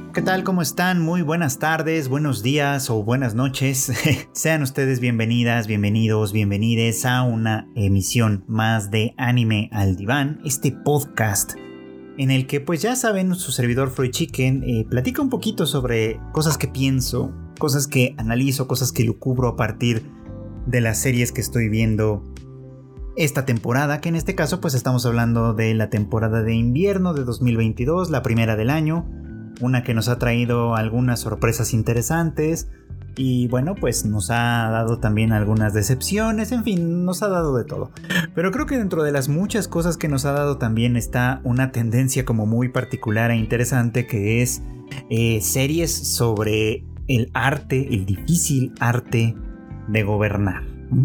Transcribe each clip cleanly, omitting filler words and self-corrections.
¿Qué tal? ¿Cómo están? Muy buenas tardes, buenos días o buenas noches. Sean ustedes bienvenidas, bienvenidos, bienvenides a una emisión más de Anime al Diván, este podcast en el que, pues ya saben, su servidor Freud Chicken platica un poquito sobre cosas que pienso, cosas que analizo, cosas que lucubro a partir de las series que estoy viendo esta temporada, que en este caso pues estamos hablando de la temporada de invierno de 2022, la primera del año. Una que nos ha traído algunas sorpresas interesantes y bueno, pues nos ha dado también algunas decepciones, en fin, nos ha dado de todo. Pero creo que dentro de las muchas cosas que nos ha dado también está una tendencia como muy particular e interesante, que es series sobre el arte, el difícil arte de gobernar.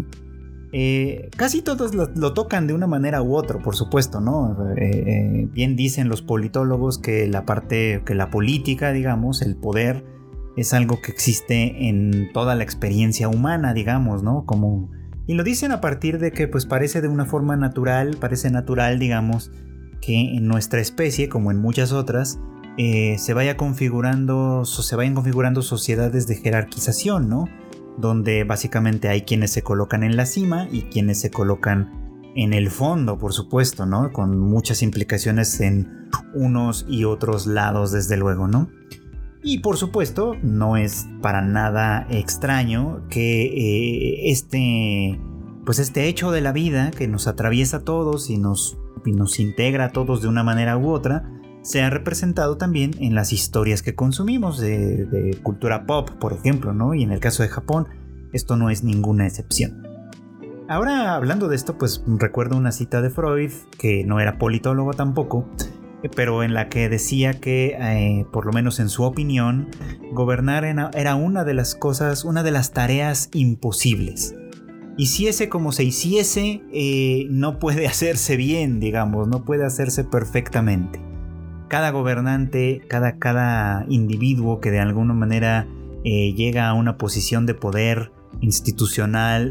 Casi todos lo tocan de una manera u otra, por supuesto, ¿no? Bien dicen los politólogos que la política, digamos, el poder, es algo que existe en toda la experiencia humana, digamos, ¿no? Y lo dicen a partir de que, pues, parece de una forma natural, digamos, que en nuestra especie, como en muchas otras, se vayan configurando sociedades de jerarquización, ¿no? Donde básicamente hay quienes se colocan en la cima y quienes se colocan en el fondo, por supuesto, ¿no? Con muchas implicaciones en unos y otros lados, desde luego, ¿no? Y por supuesto, no es para nada extraño que este hecho de la vida que nos atraviesa a todos y nos integra a todos de una manera u otra, se ha representado también en las historias que consumimos de cultura pop, por ejemplo, ¿no? Y en el caso de Japón, esto no es ninguna excepción. Ahora, hablando de esto, pues recuerdo una cita de Freud, que no era politólogo tampoco, pero en la que decía que, por lo menos en su opinión, gobernar era una de las tareas imposibles. Hiciese como se hiciese, no puede hacerse bien, digamos, no puede hacerse perfectamente. Cada gobernante, cada individuo que de alguna manera llega a una posición de poder institucional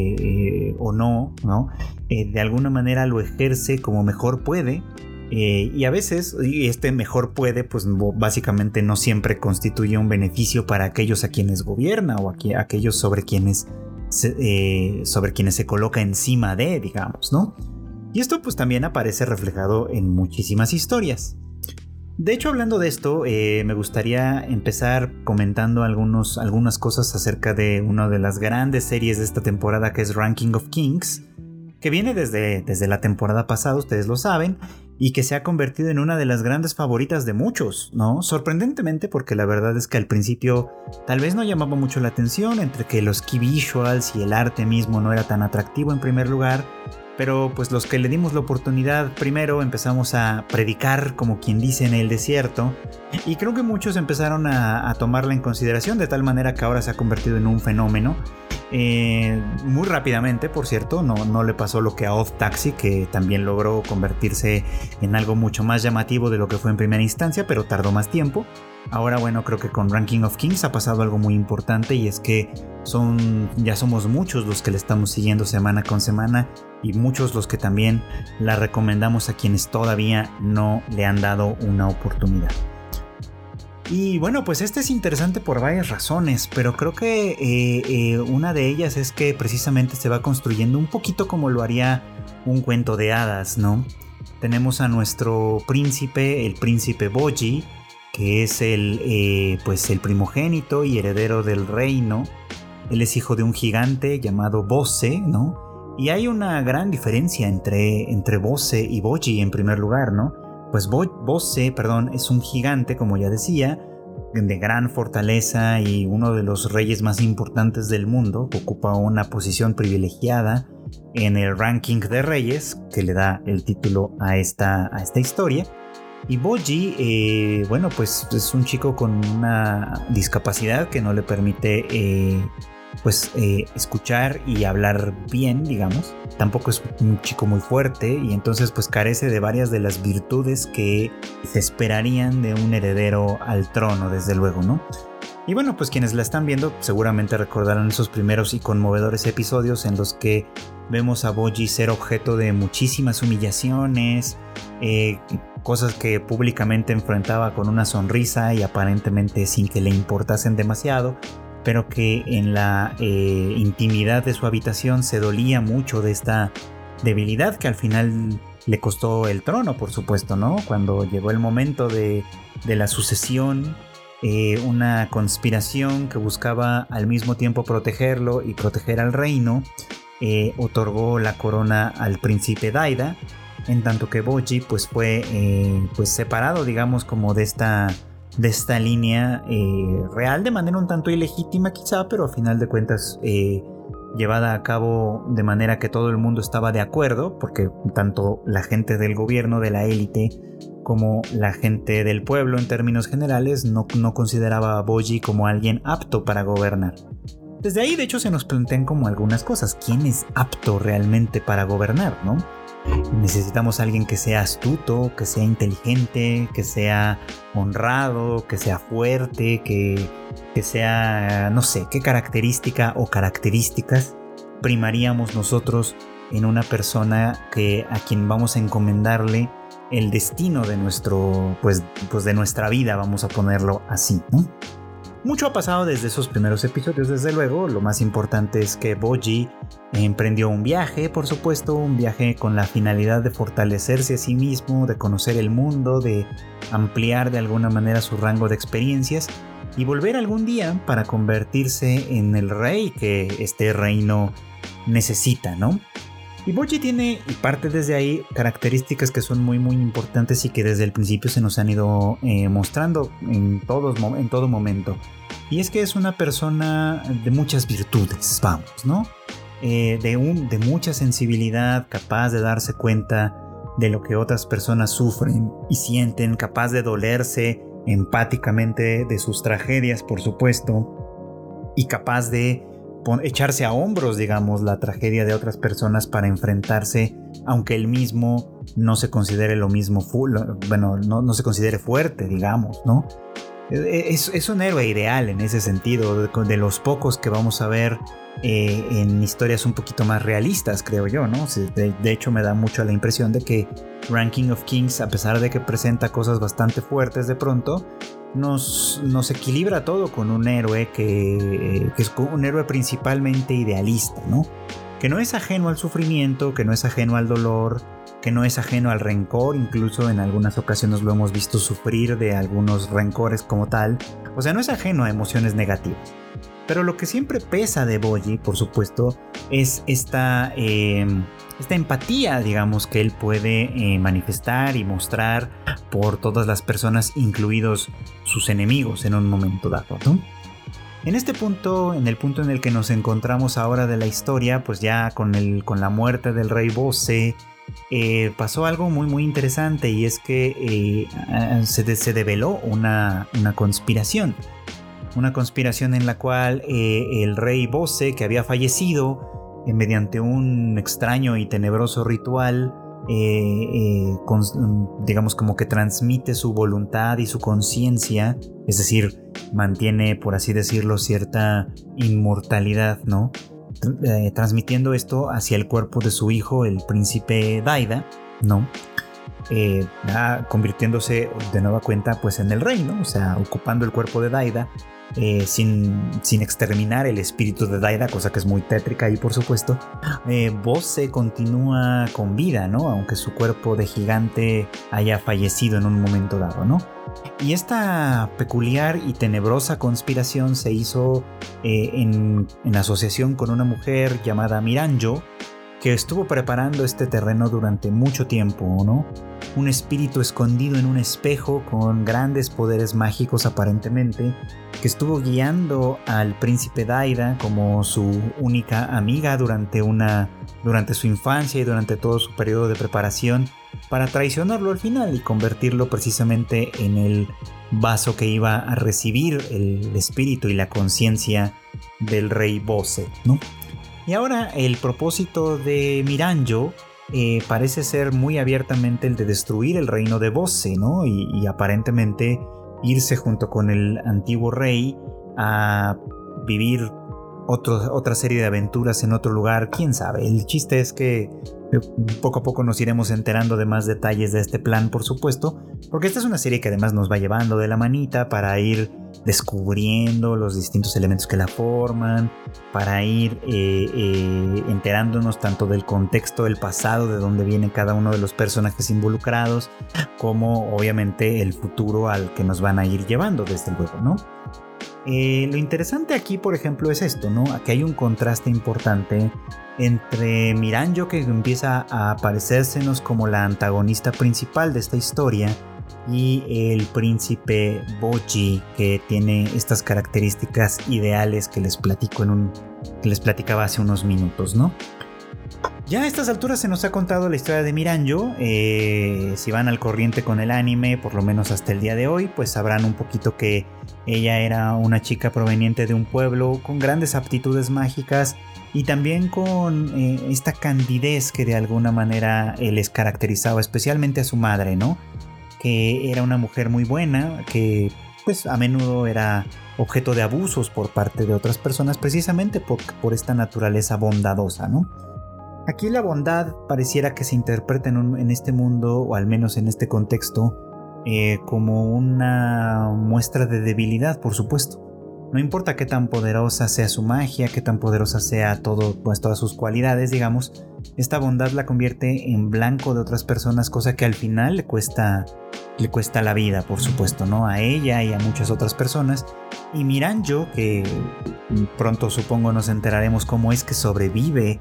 o no, de alguna manera lo ejerce como mejor puede, y a veces este mejor puede, pues básicamente no siempre constituye un beneficio para aquellos a quienes gobierna o aquellos sobre quienes se coloca encima de, digamos, ¿no? Y esto pues también aparece reflejado en muchísimas historias. De hecho, hablando de esto, me gustaría empezar comentando algunas cosas acerca de una de las grandes series de esta temporada, que es Ranking of Kings, que viene desde la temporada pasada, ustedes lo saben, y que se ha convertido en una de las grandes favoritas de muchos, ¿no? Sorprendentemente, porque la verdad es que al principio tal vez no llamaba mucho la atención, entre que los key visuals y el arte mismo no era tan atractivo en primer lugar. Pero pues los que le dimos la oportunidad primero empezamos a predicar, como quien dice, en el desierto, y creo que muchos empezaron a tomarla en consideración, de tal manera que ahora se ha convertido en un fenómeno. Muy rápidamente, por cierto, no le pasó lo que a Odd Taxi, que también logró convertirse en algo mucho más llamativo de lo que fue en primera instancia, pero tardó más tiempo. Ahora, bueno, creo que con Ranking of Kings ha pasado algo muy importante, y es que ya somos muchos los que le estamos siguiendo semana con semana, y muchos los que también la recomendamos a quienes todavía no le han dado una oportunidad. Y bueno, pues este es interesante por varias razones, pero creo que una de ellas es que precisamente se va construyendo un poquito como lo haría un cuento de hadas, ¿no? Tenemos a nuestro príncipe, el príncipe Bojji, que es el primogénito y heredero del reino. Él es hijo de un gigante llamado Bose, ¿no? Y hay una gran diferencia entre Bose y Bojji en primer lugar, ¿no? Pues Bose, es un gigante, como ya decía, de gran fortaleza y uno de los reyes más importantes del mundo. Ocupa una posición privilegiada en el ranking de reyes que le da el título a esta historia. Y Bojji, pues es un chico con una discapacidad que no le permite escuchar y hablar bien, digamos. Tampoco es un chico muy fuerte, y entonces pues carece de varias de las virtudes que se esperarían de un heredero al trono, desde luego, ¿no? Y bueno, pues quienes la están viendo seguramente recordarán esos primeros y conmovedores episodios en los que vemos a Bojji ser objeto de muchísimas humillaciones, cosas que públicamente enfrentaba con una sonrisa y aparentemente sin que le importasen demasiado, pero que en la intimidad de su habitación se dolía mucho de esta debilidad que al final le costó el trono, por supuesto, ¿no? Cuando llegó el momento de la sucesión, una conspiración que buscaba al mismo tiempo protegerlo y proteger al reino, otorgó la corona al príncipe Daida, en tanto que Bojji pues fue pues separado, digamos, como de esta línea real, de manera un tanto ilegítima quizá, pero a final de cuentas llevada a cabo de manera que todo el mundo estaba de acuerdo, porque tanto la gente del gobierno, de la élite, como la gente del pueblo en términos generales no consideraba a Bojji como alguien apto para gobernar. Desde ahí de hecho se nos plantean como algunas cosas. ¿Quién es apto realmente para gobernar, no? Necesitamos a alguien que sea astuto, que sea inteligente, que sea honrado, que sea fuerte, que sea, no sé, qué característica o características primaríamos nosotros en una persona a quien vamos a encomendarle el destino de de nuestra vida, vamos a ponerlo así, ¿no? Mucho ha pasado desde esos primeros episodios, desde luego. Lo más importante es que Bojji emprendió un viaje, por supuesto, un viaje con la finalidad de fortalecerse a sí mismo, de conocer el mundo, de ampliar de alguna manera su rango de experiencias y volver algún día para convertirse en el rey que este reino necesita, ¿no? Y Bojji tiene, y parte desde ahí, características que son muy muy importantes y que desde el principio se nos han ido mostrando en todo momento. Y es que es una persona de muchas virtudes, vamos, ¿no? De mucha sensibilidad, capaz de darse cuenta de lo que otras personas sufren y sienten, capaz de dolerse empáticamente de sus tragedias, por supuesto, y capaz de echarse a hombros, digamos, la tragedia de otras personas para enfrentarse, aunque él mismo no se considere lo mismo, no se considere fuerte, digamos, ¿no? Es un héroe ideal en ese sentido, de los pocos que vamos a ver en historias un poquito más realistas, creo yo, ¿no? De hecho, me da mucho la impresión de que Ranking of Kings, a pesar de que presenta cosas bastante fuertes de pronto, nos equilibra todo con un héroe que es un héroe principalmente idealista, ¿no? Que no es ajeno al sufrimiento, que no es ajeno al dolor, que no es ajeno al rencor. Incluso en algunas ocasiones lo hemos visto sufrir de algunos rencores como tal. O sea, no es ajeno a emociones negativas. Pero lo que siempre pesa de Bojji, por supuesto, es esta empatía, digamos, que él puede manifestar y mostrar por todas las personas, incluidos sus enemigos en un momento dado, ¿no? En este punto, en el punto en el que nos encontramos ahora de la historia, pues ya con la muerte del rey Bosse, pasó algo muy muy interesante, y es que se develó una conspiración. Una conspiración en la cual el rey Bosse, que había fallecido mediante un extraño y tenebroso ritual, digamos como que transmite su voluntad y su conciencia, es decir, mantiene, por así decirlo, cierta inmortalidad, ¿no? Transmitiendo esto hacia el cuerpo de su hijo, el príncipe Daida, ¿no? Convirtiéndose de nueva cuenta pues en el rey, ¿no? O sea, ocupando el cuerpo de Daida, sin exterminar el espíritu de Daida, cosa que es muy tétrica. Y por supuesto, Bosse continúa con vida, ¿no? Aunque su cuerpo de gigante haya fallecido en un momento dado, ¿no? Y esta peculiar y tenebrosa conspiración se hizo en asociación con una mujer llamada Miranjo, que estuvo preparando este terreno durante mucho tiempo, ¿no? Un espíritu escondido en un espejo con grandes poderes mágicos aparentemente, que estuvo guiando al príncipe Daida como su única amiga durante su infancia y durante todo su periodo de preparación, para traicionarlo al final y convertirlo precisamente en el vaso que iba a recibir el espíritu y la conciencia del rey Bosse, ¿no? Y ahora el propósito de Miranjo parece ser muy abiertamente el de destruir el reino de Bosse, ¿no? Y aparentemente irse junto con el antiguo rey a vivir otra serie de aventuras en otro lugar, quién sabe. El chiste es que poco a poco nos iremos enterando de más detalles de este plan, por supuesto, porque esta es una serie que además nos va llevando de la manita para ir descubriendo los distintos elementos que la forman, para ir enterándonos tanto del contexto, del pasado, de dónde viene cada uno de los personajes involucrados, como obviamente el futuro al que nos van a ir llevando desde luego, ¿no? Lo interesante aquí, por ejemplo, es esto, ¿no? Aquí hay un contraste importante entre Miranjo, que empieza a aparecérsenos como la antagonista principal de esta historia, y el príncipe Bojji, que tiene estas características ideales que les platicaba hace unos minutos, ¿no? Ya a estas alturas se nos ha contado la historia de Miranjo. Si van al corriente con el anime, por lo menos hasta el día de hoy, pues sabrán un poquito que ella era una chica proveniente de un pueblo con grandes aptitudes mágicas y también con esta candidez que de alguna manera les caracterizaba, especialmente a su madre, ¿no? Que era una mujer muy buena, que pues a menudo era objeto de abusos por parte de otras personas, precisamente por esta naturaleza bondadosa, ¿no? Aquí la bondad pareciera que se interpreta en este mundo, o al menos en este contexto, como una muestra de debilidad, por supuesto. No importa qué tan poderosa sea su magia, qué tan poderosa sea todas sus cualidades, digamos, esta bondad la convierte en blanco de otras personas, cosa que al final le cuesta la vida, por supuesto, ¿no? A ella y a muchas otras personas. Y Miranjo, que pronto supongo nos enteraremos cómo es que sobrevive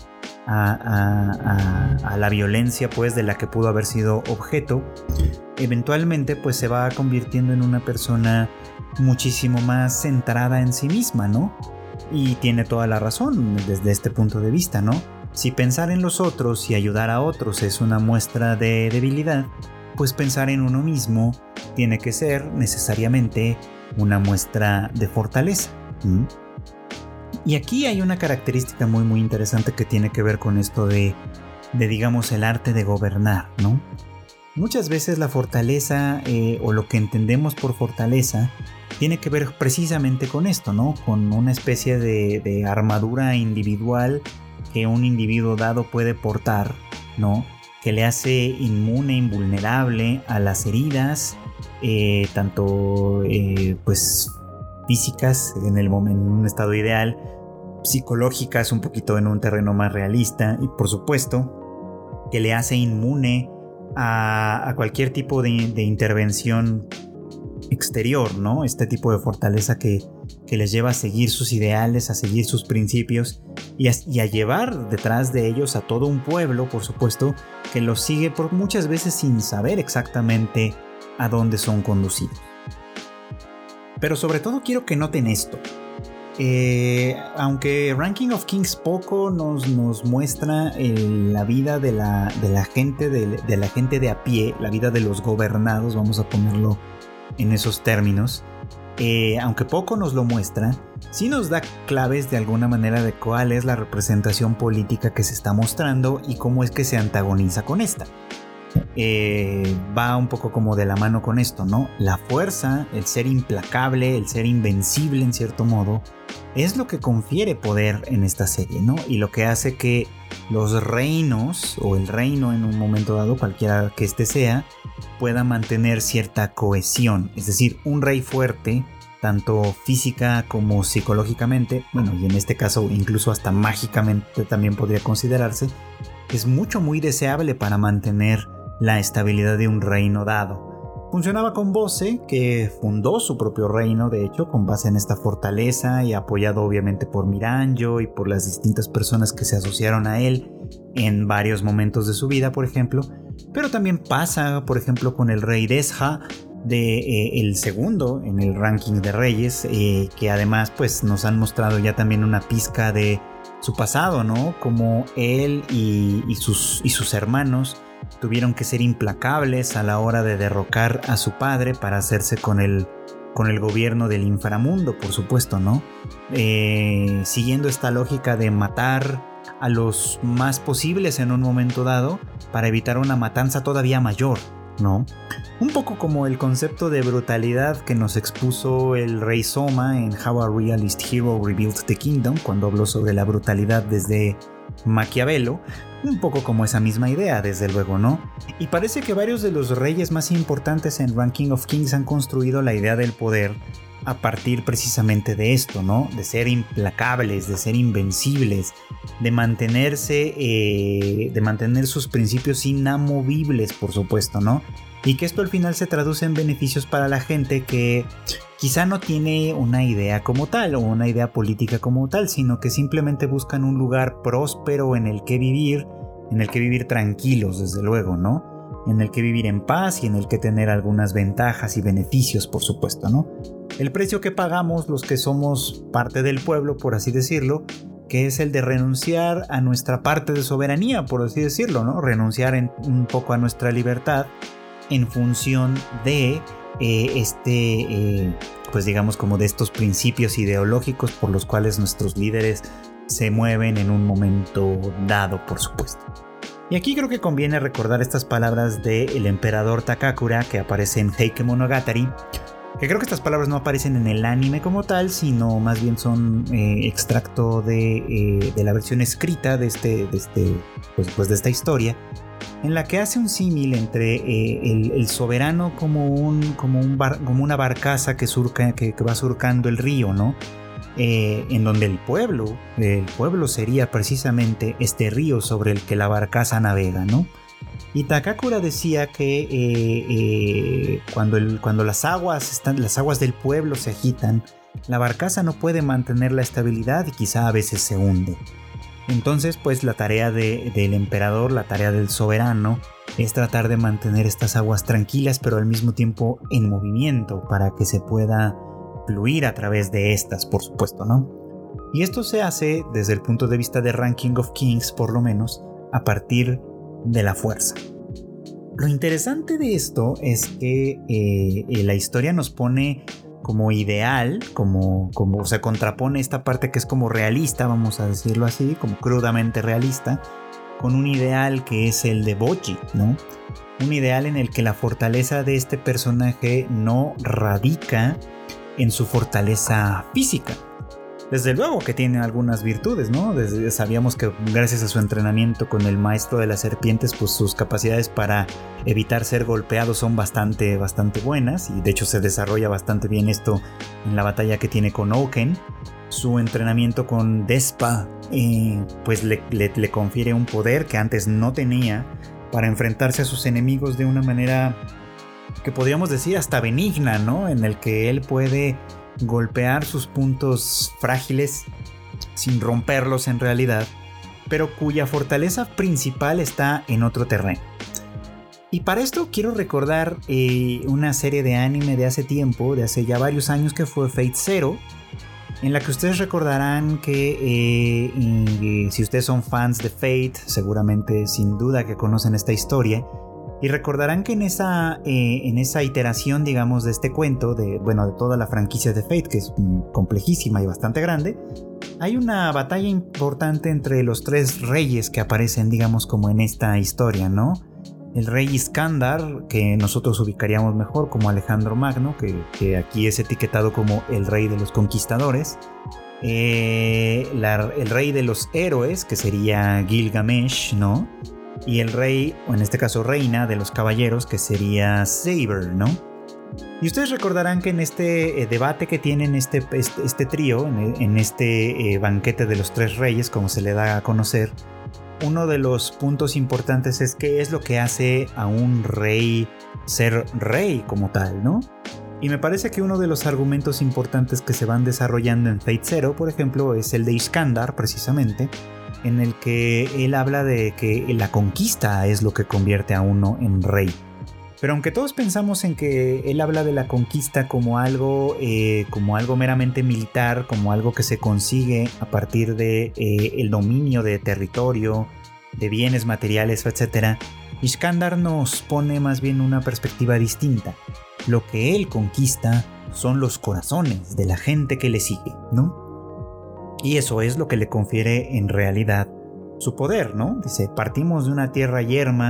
a la violencia, pues, de la que pudo haber sido objeto, eventualmente pues se va convirtiendo en una persona muchísimo más centrada en sí misma, ¿no? Y tiene toda la razón desde este punto de vista, ¿no? Si pensar en los otros y ayudar a otros es una muestra de debilidad, pues pensar en uno mismo tiene que ser necesariamente una muestra de fortaleza. Y aquí hay una característica muy muy interesante que tiene que ver con esto de digamos el arte de gobernar, ¿no? Muchas veces la fortaleza o lo que entendemos por fortaleza tiene que ver precisamente con esto, ¿no? Con una especie de armadura individual que un individuo dado puede portar, ¿no? Que le hace inmune, invulnerable a las heridas, tanto pues físicas en un estado ideal, psicológicas un poquito en un terreno más realista, y por supuesto que le hace inmune a cualquier tipo de intervención exterior, ¿no? Este tipo de fortaleza que les lleva a seguir sus ideales, a seguir sus principios y a llevar detrás de ellos a todo un pueblo, por supuesto, que los sigue por muchas veces sin saber exactamente a dónde son conducidos. Pero sobre todo quiero que noten esto. Aunque Ranking of Kings poco nos muestra la vida de la gente de la gente de a pie, la vida de los gobernados, vamos a ponerlo en esos términos, aunque poco nos lo muestra, sí nos da claves de alguna manera de cuál es la representación política que se está mostrando y cómo es que se antagoniza con esta. Va un poco como de la mano con esto, ¿no? La fuerza, el ser implacable, el ser invencible en cierto modo, es lo que confiere poder en esta serie, ¿no? Y lo que hace que los reinos, o el reino en un momento dado, cualquiera que este sea, pueda mantener cierta cohesión. Es decir, un rey fuerte, tanto física como psicológicamente, bueno, y en este caso incluso hasta mágicamente también podría considerarse, es muy deseable para mantener la estabilidad de un reino dado. Funcionaba con Bosse, que fundó su propio reino, de hecho, con base en esta fortaleza y apoyado obviamente por Miranjo y por las distintas personas que se asociaron a él en varios momentos de su vida, por ejemplo. Pero también pasa, por ejemplo, con el rey Desha, el segundo en el ranking de reyes, que además pues nos han mostrado ya también una pizca de su pasado, ¿no? Como él y sus hermanos tuvieron que ser implacables a la hora de derrocar a su padre para hacerse con el gobierno del inframundo, por supuesto, ¿no? Siguiendo esta lógica de matar a los más posibles en un momento dado para evitar una matanza todavía mayor, ¿no? Un poco como el concepto de brutalidad que nos expuso el rey Soma en How a Realist Hero Rebuilt the Kingdom, cuando habló sobre la brutalidad desde Maquiavelo. Un poco como esa misma idea, desde luego, ¿no? Y parece que varios de los reyes más importantes en Ranking of Kings han construido la idea del poder a partir precisamente de esto, ¿no? De ser implacables, de ser invencibles, de mantenerse, de mantener sus principios inamovibles, por supuesto, ¿no? Y que esto al final se traduce en beneficios para la gente que quizá no tiene una idea como tal o una idea política como tal, sino que simplemente buscan un lugar próspero en el que vivir tranquilos, desde luego, ¿no? En el que vivir en paz y en el que tener algunas ventajas y beneficios, por supuesto, ¿no? El precio que pagamos los que somos parte del pueblo, por así decirlo, que es el de renunciar a nuestra parte de soberanía, por así decirlo, ¿no? Renunciar un poco a nuestra libertad en función de pues digamos como de estos principios ideológicos por los cuales nuestros líderes se mueven en un momento dado, por supuesto. Y aquí creo que conviene recordar estas palabras del emperador Takakura que aparecen en Heike Monogatari, que creo que estas palabras no aparecen en el anime como tal, sino más bien son extracto de la versión escrita de esta historia, en la que hace un símil entre el soberano como una barcaza que va surcando el río, ¿no? En donde el pueblo sería precisamente este río sobre el que la barcaza navega, ¿no? Y Takakura decía que cuando las aguas del pueblo se agitan, la barcaza no puede mantener la estabilidad y quizá a veces se hunde. Entonces, pues la tarea del emperador, la tarea del soberano, es tratar de mantener estas aguas tranquilas, pero al mismo tiempo en movimiento, para que se pueda fluir a través de estas, por supuesto, ¿no? Y esto se hace desde el punto de vista de Ranking of Kings, por lo menos, a partir de la fuerza. Lo interesante de esto es que la historia nos pone como ideal, o sea, contrapone esta parte que es como realista, vamos a decirlo así, como crudamente realista, con un ideal que es el de Bojji, ¿no? Un ideal en el que la fortaleza de este personaje no radica en su fortaleza física. Desde luego que tiene algunas virtudes, ¿no? Sabíamos que gracias a su entrenamiento con el maestro de las serpientes, pues sus capacidades para evitar ser golpeado son bastante buenas, y de hecho se desarrolla bastante bien esto en la batalla que tiene con Oaken. Su entrenamiento con Despa pues le confiere un poder que antes no tenía para enfrentarse a sus enemigos de una manera que podríamos decir hasta benigna, ¿no? En el que él puede golpear sus puntos frágiles sin romperlos en realidad, pero cuya fortaleza principal está en otro terreno. Y para esto quiero recordar una serie de anime de hace tiempo, de hace ya varios años, que fue Fate Zero, en la que ustedes recordarán que si ustedes son fans de Fate, seguramente sin duda que conocen esta historia. Y recordarán que en esa iteración, digamos, de este cuento, de toda la franquicia de Fate, que es complejísima y bastante grande, hay una batalla importante entre los tres reyes que aparecen, digamos, como en esta historia, ¿no? El rey Iskandar, que nosotros ubicaríamos mejor como Alejandro Magno, que aquí es etiquetado como el rey de los conquistadores. El rey de los héroes, que sería Gilgamesh, ¿no? Y el rey, o en este caso reina, de los caballeros, que sería Saber, ¿no? Y ustedes recordarán que en este debate que tienen este trío, en este banquete de los tres reyes, como se le da a conocer, uno de los puntos importantes es qué es lo que hace a un rey ser rey como tal, ¿no? Y me parece que uno de los argumentos importantes que se van desarrollando en Fate Zero, por ejemplo, es el de Iskandar, precisamente, en el que él habla de que la conquista es lo que convierte a uno en rey. Pero aunque todos pensamos en que él habla de la conquista como algo meramente militar, como algo que se consigue a partir de el dominio de territorio, de bienes materiales, etc., Iskandar nos pone más bien una perspectiva distinta. Lo que él conquista son los corazones de la gente que le sigue, ¿no? Y eso es lo que le confiere en realidad su poder, ¿no? Dice, partimos de una tierra yerma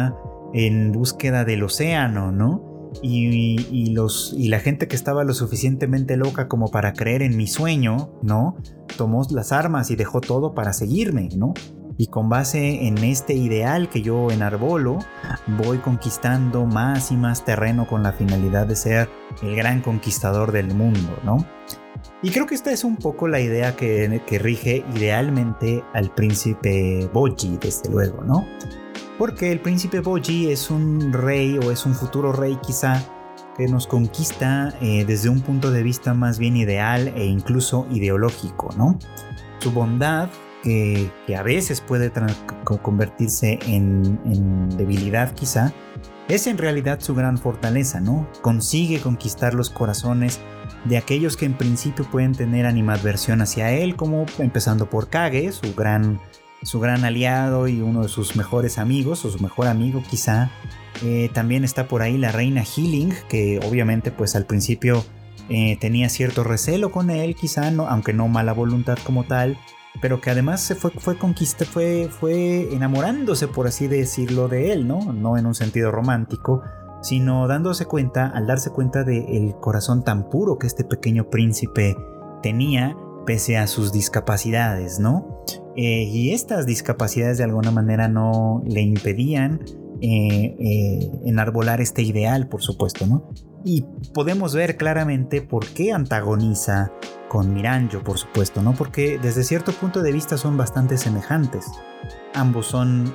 en búsqueda del océano, ¿no? Y la gente que estaba lo suficientemente loca como para creer en mi sueño, ¿no? Tomó las armas y dejó todo para seguirme, ¿no? Y con base en este ideal que yo enarbolo, voy conquistando más y más terreno con la finalidad de ser el gran conquistador del mundo, ¿no? Y creo que esta es un poco la idea que rige idealmente al príncipe Bojji, desde luego, ¿no? Porque el príncipe Bojji es un rey, o es un futuro rey quizá, que nos conquista desde un punto de vista más bien ideal e incluso ideológico, ¿no? Su bondad, que a veces puede convertirse en debilidad quizá, es en realidad su gran fortaleza, ¿no? Consigue conquistar los corazones de aquellos que en principio pueden tener animadversión hacia él, como empezando por Kage, su gran aliado y uno de sus mejores amigos, o su mejor amigo quizá. También está por ahí la reina Healing, que obviamente pues al principio tenía cierto recelo con él quizá, no, aunque no mala voluntad como tal, pero que además se fue enamorándose, por así decirlo, de él, no en un sentido romántico, sino al darse cuenta del corazón tan puro que este pequeño príncipe tenía, pese a sus discapacidades, ¿no? Y estas discapacidades de alguna manera no le impedían enarbolar este ideal, por supuesto, ¿no? Y podemos ver claramente por qué antagoniza con Miranjo, por supuesto, ¿no? Porque desde cierto punto de vista son bastante semejantes. Ambos son,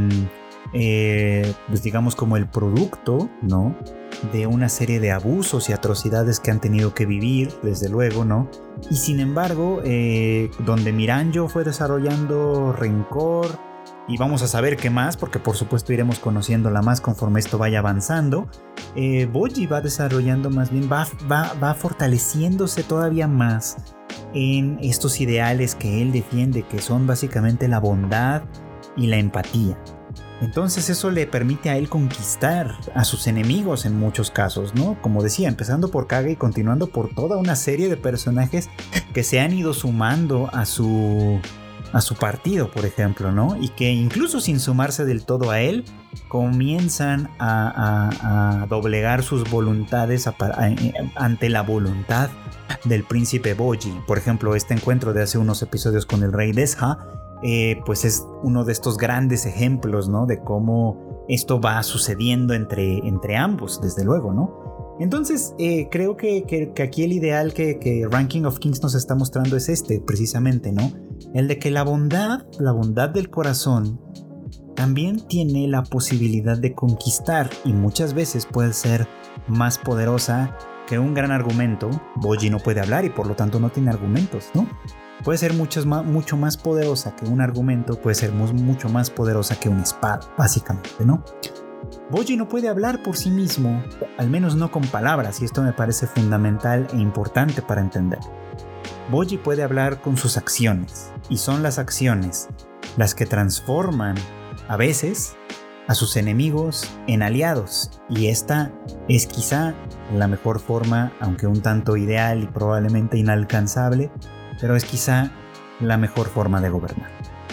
pues digamos, como el producto, ¿no? De una serie de abusos y atrocidades que han tenido que vivir, desde luego, ¿no? Y sin embargo, donde Miranjo fue desarrollando rencor, y vamos a saber qué más, porque por supuesto iremos conociéndola más conforme esto vaya avanzando, Bojji va desarrollando más bien, va fortaleciéndose todavía más en estos ideales que él defiende, que son básicamente la bondad y la empatía. Entonces eso le permite a él conquistar a sus enemigos en muchos casos, ¿no? Como decía, empezando por Kage y continuando por toda una serie de personajes que se han ido sumando a su partido, por ejemplo, ¿no? Y que incluso sin sumarse del todo a él, comienzan a doblegar sus voluntades ante la voluntad del príncipe Bojji. Por ejemplo, este encuentro de hace unos episodios con el rey Desha, pues es uno de estos grandes ejemplos, ¿no? De cómo esto va sucediendo entre ambos, desde luego, ¿no? Entonces, creo que aquí el ideal que Ranking of Kings nos está mostrando es este, precisamente, ¿no? El de que la bondad del corazón también tiene la posibilidad de conquistar, y muchas veces puede ser más poderosa que un gran argumento. Bojji no puede hablar y por lo tanto no tiene argumentos, ¿no? Puede ser mucho más poderosa que un argumento, puede ser mucho más poderosa que una espada, básicamente, ¿no? Bojji no puede hablar por sí mismo, al menos no con palabras, y esto me parece fundamental e importante para entender. Bojji puede hablar con sus acciones, y son las acciones las que transforman, a veces, a sus enemigos en aliados, y esta es quizá la mejor forma, aunque un tanto ideal y probablemente inalcanzable, pero es quizá la mejor forma de gobernar.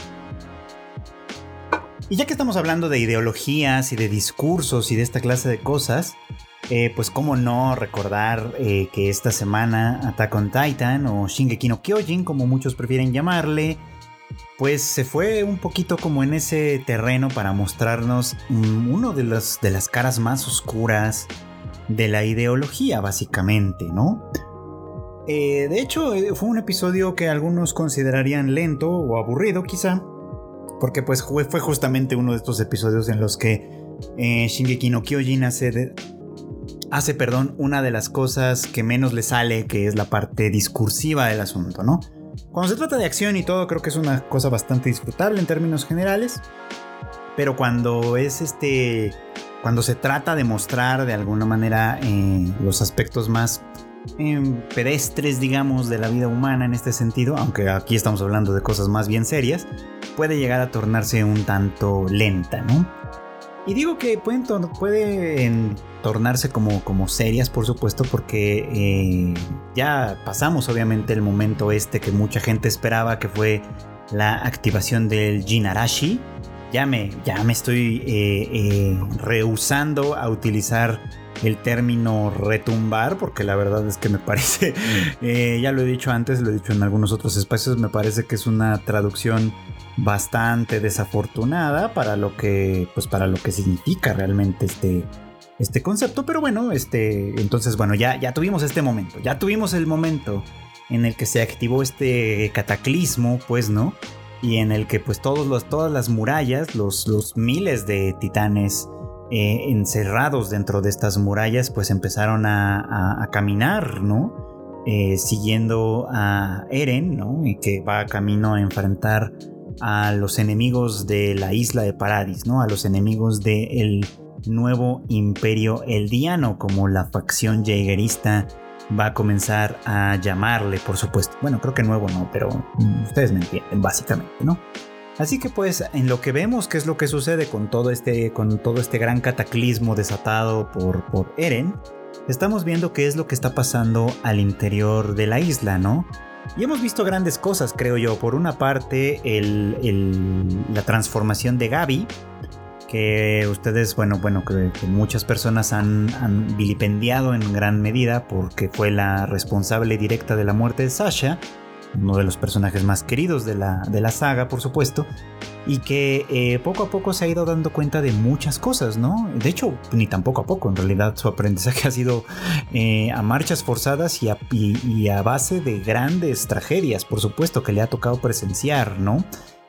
Y ya que estamos hablando de ideologías y de discursos y de esta clase de cosas, pues cómo no recordar que esta semana Attack on Titan, o Shingeki no Kyojin, como muchos prefieren llamarle, pues se fue un poquito como en ese terreno para mostrarnos uno de las caras más oscuras de la ideología, básicamente, ¿no? De hecho, fue un episodio que algunos considerarían lento o aburrido quizá, porque pues fue justamente uno de estos episodios en los que Shingeki no Kyojin hace una de las cosas que menos le sale, que es la parte discursiva del asunto, ¿no? Cuando se trata de acción y todo, creo que es una cosa bastante disfrutable en términos generales, pero cuando se trata de mostrar de alguna manera los aspectos más pedestres, digamos, de la vida humana en este sentido, aunque aquí estamos hablando de cosas más bien serias, puede llegar a tornarse un tanto lenta, ¿no? Y digo que pueden tornarse como serias, por supuesto, porque ya pasamos obviamente el momento que mucha gente esperaba, que fue la activación del Jin Arashi, ya me estoy rehusando a utilizar el término retumbar, porque la verdad es que me parece, ya lo he dicho antes, lo he dicho en algunos otros espacios, me parece que es una traducción bastante desafortunada para lo que significa realmente este concepto. Pero bueno, entonces bueno, ya tuvimos este momento, ya tuvimos el momento en el que se activó este cataclismo, pues, ¿no? Y en el que pues todas las murallas, los miles de titanes encerrados dentro de estas murallas, pues empezaron a caminar, ¿no? Siguiendo a Eren, ¿no? Y que va camino a enfrentar a los enemigos de la isla de Paradis, ¿no? A los enemigos del nuevo imperio eldiano, como la facción jaegerista va a comenzar a llamarle, por supuesto. Bueno, creo que nuevo no, pero ustedes me entienden, básicamente, ¿no? Así que pues en lo que vemos qué es lo que sucede con todo este gran cataclismo desatado por Eren, estamos viendo qué es lo que está pasando al interior de la isla, ¿no? Y hemos visto grandes cosas, creo yo. Por una parte, la transformación de Gabi, que ustedes, que muchas personas han vilipendiado en gran medida porque fue la responsable directa de la muerte de Sasha, uno de los personajes más queridos de la saga, por supuesto, y que poco a poco se ha ido dando cuenta de muchas cosas, ¿no? De hecho, ni tan poco a poco, en realidad su aprendizaje ha sido a marchas forzadas y a base de grandes tragedias, por supuesto, que le ha tocado presenciar, ¿no?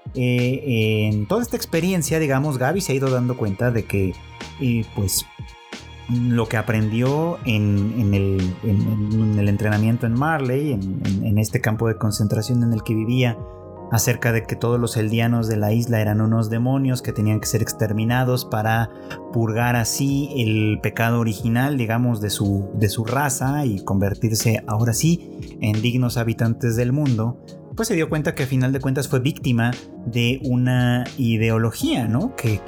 En toda esta experiencia, digamos, Gabi se ha ido dando cuenta de que pues lo que aprendió en el entrenamiento en Marley, en este campo de concentración en el que vivía, acerca de que todos los eldianos de la isla eran unos demonios que tenían que ser exterminados para purgar así el pecado original, digamos, de su raza y convertirse ahora sí en dignos habitantes del mundo, pues se dio cuenta que a final de cuentas fue víctima de una ideología, ¿no? Que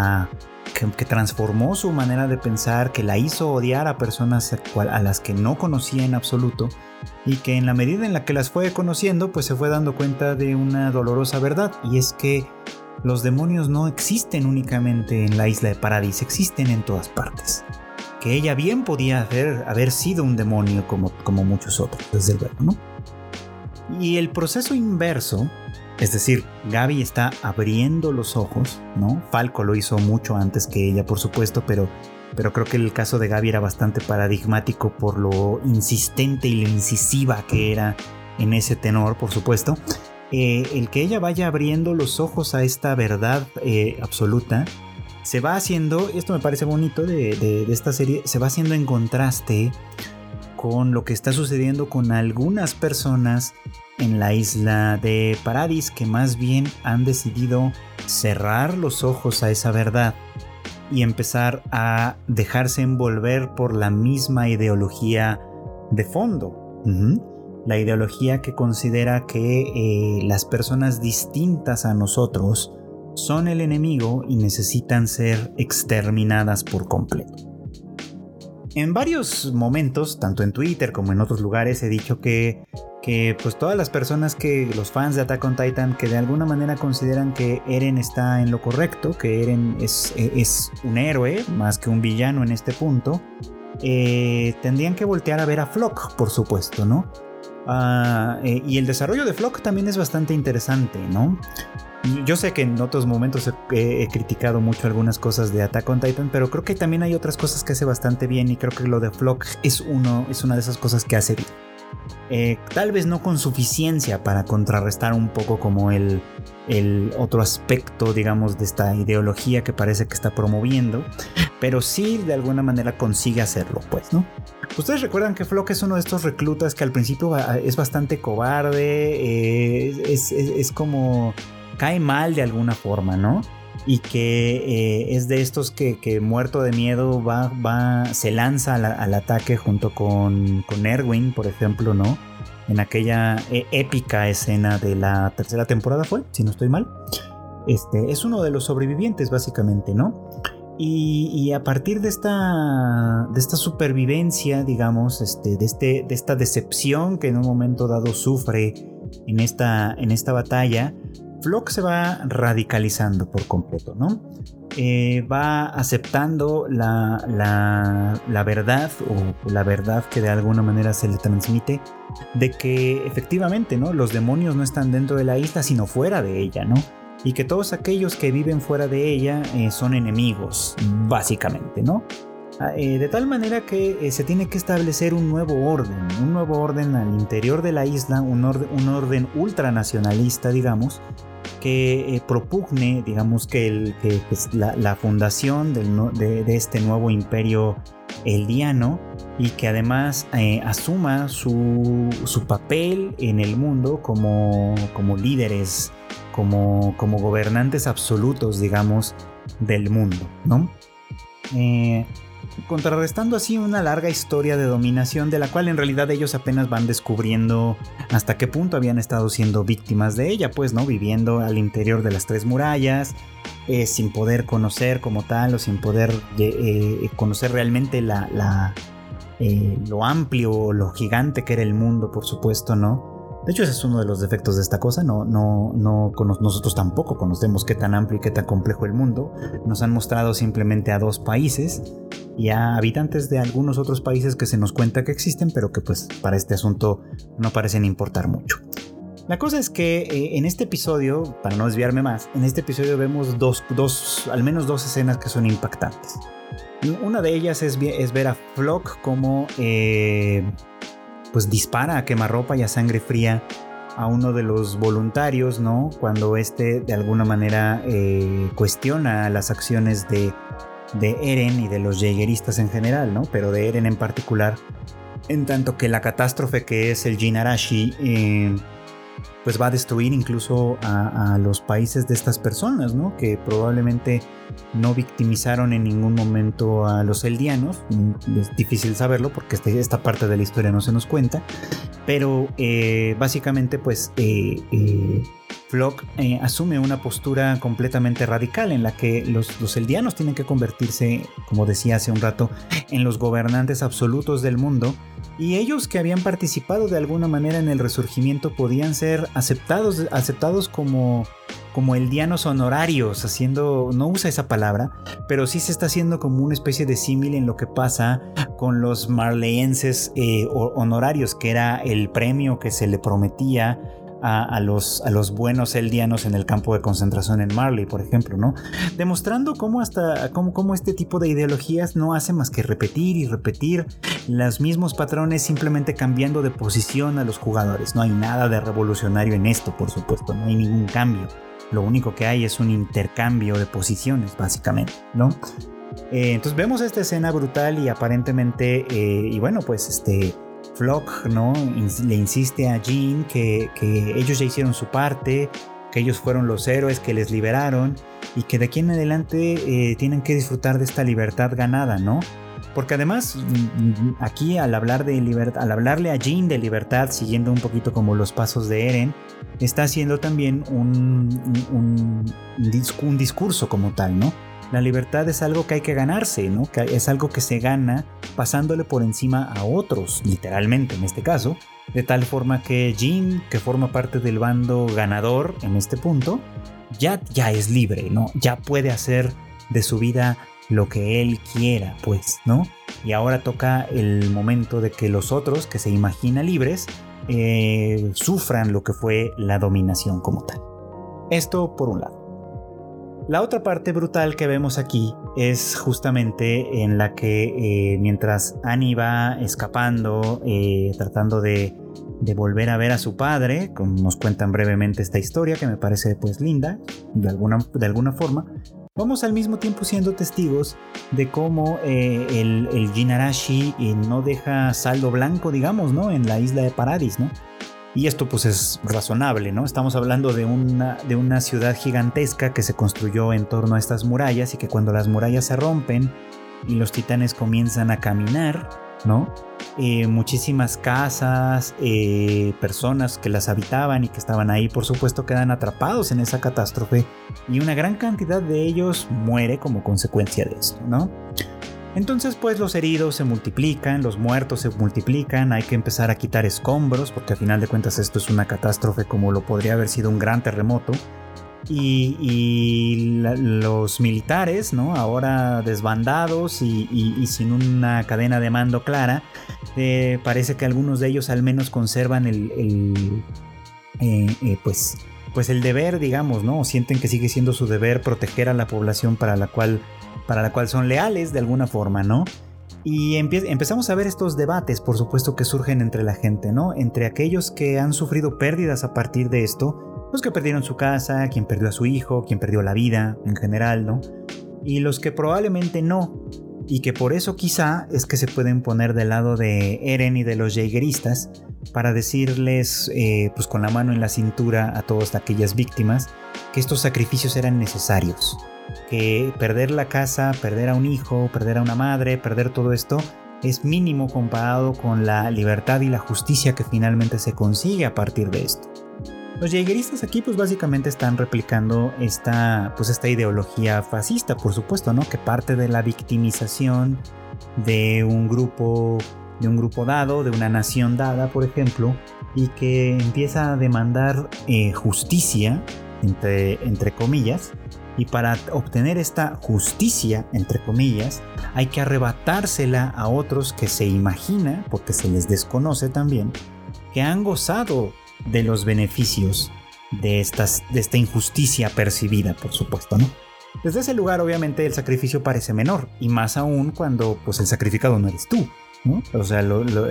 transformó su manera de pensar, que la hizo odiar a personas a las que no conocía en absoluto, y que en la medida en la que las fue conociendo, pues se fue dando cuenta de una dolorosa verdad, y es que los demonios no existen únicamente en la isla de Paradis, existen en todas partes. Que ella bien podía haber sido un demonio como muchos otros, desde luego, ¿no? Y el proceso inverso, es decir, Gabi está abriendo los ojos, ¿no? Falco lo hizo mucho antes que ella, por supuesto, pero creo que el caso de Gabi era bastante paradigmático por lo insistente y lo incisiva que era en ese tenor, por supuesto. El que ella vaya abriendo los ojos a esta verdad absoluta se va haciendo, y esto me parece bonito de esta serie, se va haciendo en contraste con lo que está sucediendo con algunas personas en la isla de Paradis, que más bien han decidido cerrar los ojos a esa verdad y empezar a dejarse envolver por la misma ideología de fondo. La ideología que considera que las personas distintas a nosotros son el enemigo y necesitan ser exterminadas por completo. En varios momentos, tanto en Twitter como en otros lugares, he dicho que pues todas las personas, que los fans de Attack on Titan, que de alguna manera consideran que Eren está en lo correcto, que Eren es un héroe más que un villano en este punto, tendrían que voltear a ver a Floch, por supuesto, ¿no? Y el desarrollo de Floch también es bastante interesante, ¿no? Yo sé que en otros momentos he criticado mucho algunas cosas de Attack on Titan, pero creo que también hay otras cosas que hace bastante bien, y creo que lo de Floch es una de esas cosas que hace bien. Tal vez no con suficiencia para contrarrestar un poco como el otro aspecto, digamos, de esta ideología que parece que está promoviendo, pero sí de alguna manera consigue hacerlo, pues, ¿no? Ustedes recuerdan que Floch es uno de estos reclutas que al principio es bastante cobarde, es como cae mal de alguna forma, ¿no? Y que es de estos que muerto de miedo se lanza al ataque junto con Erwin, por ejemplo, ¿no? En aquella épica escena de la tercera temporada fue, si no estoy mal. Es uno de los sobrevivientes, básicamente, ¿no? Y a partir de esta supervivencia, digamos, de esta decepción que en un momento dado sufre en esta batalla, Floch se va radicalizando por completo, ¿no? Va aceptando la verdad, o la verdad que de alguna manera se le transmite, de que efectivamente, ¿no?, los demonios no están dentro de la isla sino fuera de ella, ¿no? Y que todos aquellos que viven fuera de ella son enemigos, básicamente, ¿no? De tal manera que se tiene que establecer un nuevo orden al interior de la isla, un orden ultranacionalista, digamos, que propugne, digamos, que la fundación de este nuevo imperio eldiano, y que además asuma su papel en el mundo como líderes, como gobernantes absolutos, digamos, del mundo, ¿no? Contrarrestando así una larga historia de dominación, de la cual en realidad ellos apenas van descubriendo hasta qué punto habían estado siendo víctimas de ella, pues, ¿no? Viviendo al interior de las tres murallas, sin poder conocer como tal, o sin poder conocer realmente lo amplio, lo gigante que era el mundo, por supuesto, ¿no? De hecho, ese es uno de los defectos de esta cosa. Nosotros tampoco conocemos qué tan amplio y qué tan complejo el mundo. Nos han mostrado simplemente a 2 países y a habitantes de algunos otros países que se nos cuenta que existen, pero que pues para este asunto no parecen importar mucho. La cosa es que en este episodio, para no desviarme más, en este episodio vemos al menos dos escenas que son impactantes. Una de ellas es ver a Floch como pues dispara a quemarropa y a sangre fría a uno de los voluntarios, ¿no? Cuando de alguna manera cuestiona las acciones de Eren y de los jaegeristas en general, ¿no? Pero de Eren en particular, en tanto que la catástrofe que es el Jin Arashi pues va a destruir incluso a los países de estas personas, ¿no? Que probablemente no victimizaron en ningún momento a los eldianos. Es difícil saberlo porque esta parte de la historia no se nos cuenta, pero básicamente pues Floch asume una postura completamente radical en la que los eldianos tienen que convertirse, como decía hace un rato, en los gobernantes absolutos del mundo, y ellos que habían participado de alguna manera en el resurgimiento podían ser aceptados como eldianos honorarios, no usa esa palabra, pero sí se está haciendo como una especie de símil en lo que pasa con los marleyenses honorarios, que era el premio que se le prometía a los buenos eldianos en el campo de concentración en Marley, por ejemplo, ¿no? Demostrando cómo este tipo de ideologías no hace más que repetir y repetir los mismos patrones, simplemente cambiando de posición a los jugadores. No hay nada de revolucionario en esto, por supuesto, no hay ningún cambio. Lo único que hay es un intercambio de posiciones, básicamente, ¿no? Entonces vemos esta escena brutal y aparentemente, y bueno, pues Floch, ¿no?, le insiste a Jin que ellos ya hicieron su parte, que ellos fueron los héroes que les liberaron y que de aquí en adelante tienen que disfrutar de esta libertad ganada, ¿no? Porque además aquí al hablarle a Jin de libertad, siguiendo un poquito como los pasos de Eren, está haciendo también un discurso como tal, ¿no? La libertad es algo que hay que ganarse, ¿no? Que es algo que se gana pasándole por encima a otros, literalmente en este caso, de tal forma que Jin, que forma parte del bando ganador en este punto, ya es libre, ¿no? Ya puede hacer de su vida lo que él quiera, pues, ¿no? Y ahora toca el momento de que los otros, que se imagina libres, sufran lo que fue la dominación como tal. Esto por un lado. La otra parte brutal que vemos aquí es justamente en la que mientras Annie va escapando, tratando de volver a ver a su padre, como nos cuentan brevemente esta historia, que me parece pues linda, de alguna forma, vamos al mismo tiempo siendo testigos de cómo el Jin Arashi no deja saldo blanco, digamos, ¿no?, en la isla de Paradis, ¿no? Y esto pues es razonable, ¿no? Estamos hablando de una ciudad gigantesca que se construyó en torno a estas murallas, y que cuando las murallas se rompen y los titanes comienzan a caminar, ¿no? Muchísimas casas, personas que las habitaban y que estaban ahí, por supuesto, quedan atrapados en esa catástrofe, y una gran cantidad de ellos muere como consecuencia de esto, ¿no? Entonces pues los heridos se multiplican, los muertos se multiplican, hay que empezar a quitar escombros porque al final de cuentas esto es una catástrofe como lo podría haber sido un gran terremoto. Los militares, ¿no? Ahora desbandados y sin una cadena de mando clara, parece que algunos de ellos al menos conservan pues el deber, digamos, ¿no? O sienten que sigue siendo su deber proteger a la población para la cual son leales de alguna forma, ¿no? Y empezamos a ver estos debates, por supuesto, que surgen entre la gente, ¿no? Entre aquellos que han sufrido pérdidas a partir de esto, los que perdieron su casa, quien perdió a su hijo, quien perdió la vida en general, ¿no? Y los que probablemente no, y que por eso quizá es que se pueden poner del lado de Eren y de los jaegeristas para decirles, pues con la mano en la cintura a todas aquellas víctimas, que estos sacrificios eran necesarios, que perder la casa, perder a un hijo, perder a una madre, perder todo esto es mínimo comparado con la libertad y la justicia que finalmente se consigue a partir de esto. Los jaegeristas aquí pues básicamente están replicando esta ideología fascista, por supuesto, ¿no? Que parte de la victimización de un grupo dado, de una nación dada, por ejemplo, y que empieza a demandar justicia, entre comillas, y para obtener esta justicia, entre comillas, hay que arrebatársela a otros que se imagina, porque se les desconoce también, que han gozado de los beneficios de esta injusticia percibida, por supuesto, ¿no? Desde ese lugar, obviamente, el sacrificio parece menor, y más aún cuando pues, el sacrificado no eres tú, ¿no? O sea,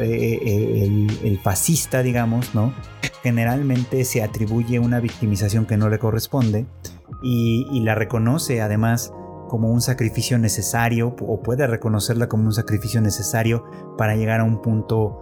el fascista, digamos, ¿no? Generalmente se atribuye una victimización que no le corresponde y la reconoce además como un sacrificio necesario, o puede reconocerla como un sacrificio necesario para llegar a un punto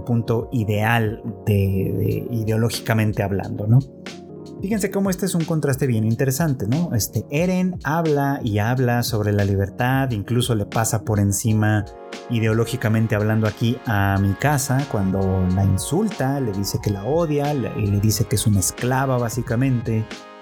ideal ideológicamente hablando, ¿no? Fíjense cómo este es un contraste bien interesante, ¿no? Eren habla sobre la libertad, incluso le pasa por encima ideológicamente hablando aquí a Mikasa cuando la insulta, le dice que la odia, le dice que es una esclava básicamente,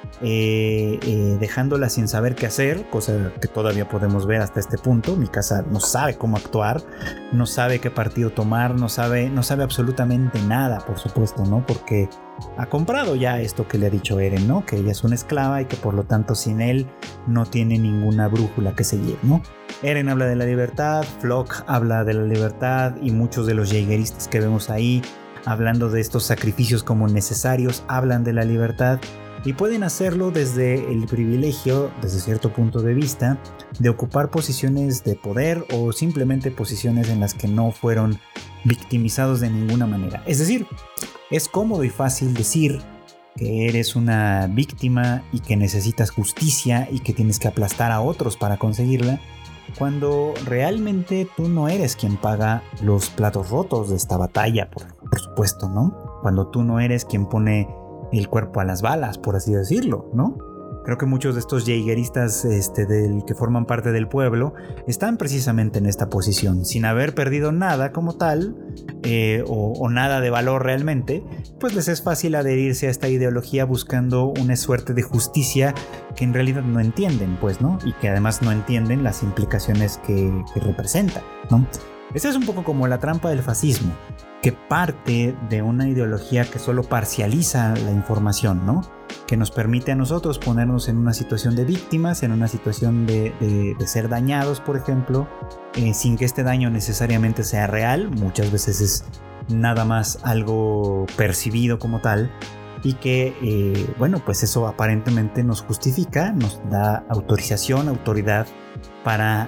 dejándola sin saber qué hacer, cosa que todavía podemos ver hasta este punto. Mikasa no sabe cómo actuar, no sabe qué partido tomar, no sabe absolutamente nada, por supuesto, ¿no? Porque ha comprado ya esto que le ha dicho Eren, ¿no? Que ella es una esclava y que por lo tanto sin él no tiene ninguna brújula que seguir, ¿no? Eren habla de la libertad, Floch habla de la libertad y muchos de los jaegeristas que vemos ahí hablando de estos sacrificios como necesarios hablan de la libertad. Y pueden hacerlo desde el privilegio, desde cierto punto de vista, de ocupar posiciones de poder o simplemente posiciones en las que no fueron victimizados de ninguna manera. Es decir, es cómodo y fácil decir que eres una víctima y que necesitas justicia y que tienes que aplastar a otros para conseguirla, cuando realmente tú no eres quien paga los platos rotos de esta batalla, por supuesto, ¿no? Cuando tú no eres quien pone el cuerpo a las balas, por así decirlo, ¿no? Creo que muchos de estos jaegeristas que forman parte del pueblo están precisamente en esta posición, sin haber perdido nada como tal, o nada de valor realmente, pues les es fácil adherirse a esta ideología buscando una suerte de justicia que en realidad no entienden, pues, ¿no? Y que además no entienden las implicaciones que representa, ¿no? Esa es un poco como la trampa del fascismo, que parte de una ideología que solo parcializa la información, ¿no? Que nos permite a nosotros ponernos en una situación de víctimas, en una situación de ser dañados, por ejemplo, sin que este daño necesariamente sea real. Muchas veces es nada más algo percibido como tal, y que, pues eso aparentemente nos justifica, nos da autorización, autoridad para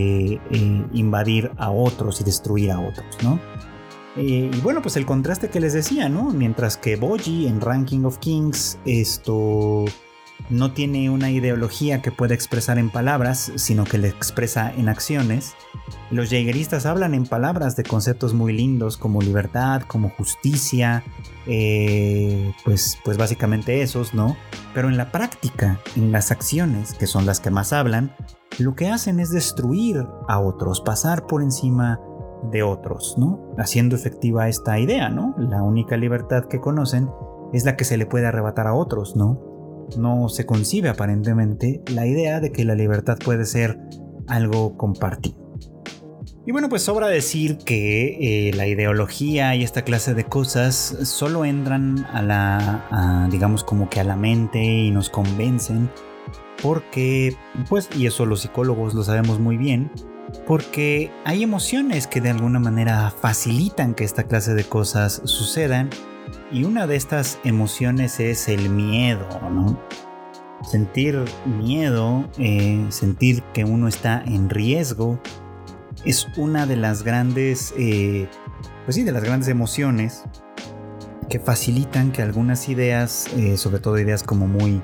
invadir a otros y destruir a otros, ¿no? Y bueno, pues el contraste que les decía, ¿no? Mientras que Bojji en Ranking of Kings no tiene una ideología que pueda expresar en palabras, sino que le expresa en acciones. Los jaegeristas hablan en palabras de conceptos muy lindos como libertad, como justicia, pues básicamente esos, ¿no? Pero en la práctica, en las acciones, que son las que más hablan, lo que hacen es destruir a otros, pasar por encima de otros, ¿no? Haciendo efectiva esta idea, ¿no? La única libertad que conocen es la que se le puede arrebatar a otros, ¿no? No se concibe aparentemente la idea de que la libertad puede ser algo compartido. Y bueno, pues sobra decir que la ideología y esta clase de cosas solo entran digamos como que a la mente y nos convencen porque, pues, y eso los psicólogos lo sabemos muy bien, porque hay emociones que de alguna manera facilitan que esta clase de cosas sucedan, y una de estas emociones es el miedo, ¿no? Sentir miedo, sentir que uno está en riesgo, es una de las grandes, de las grandes emociones que facilitan que algunas ideas, sobre todo ideas como muy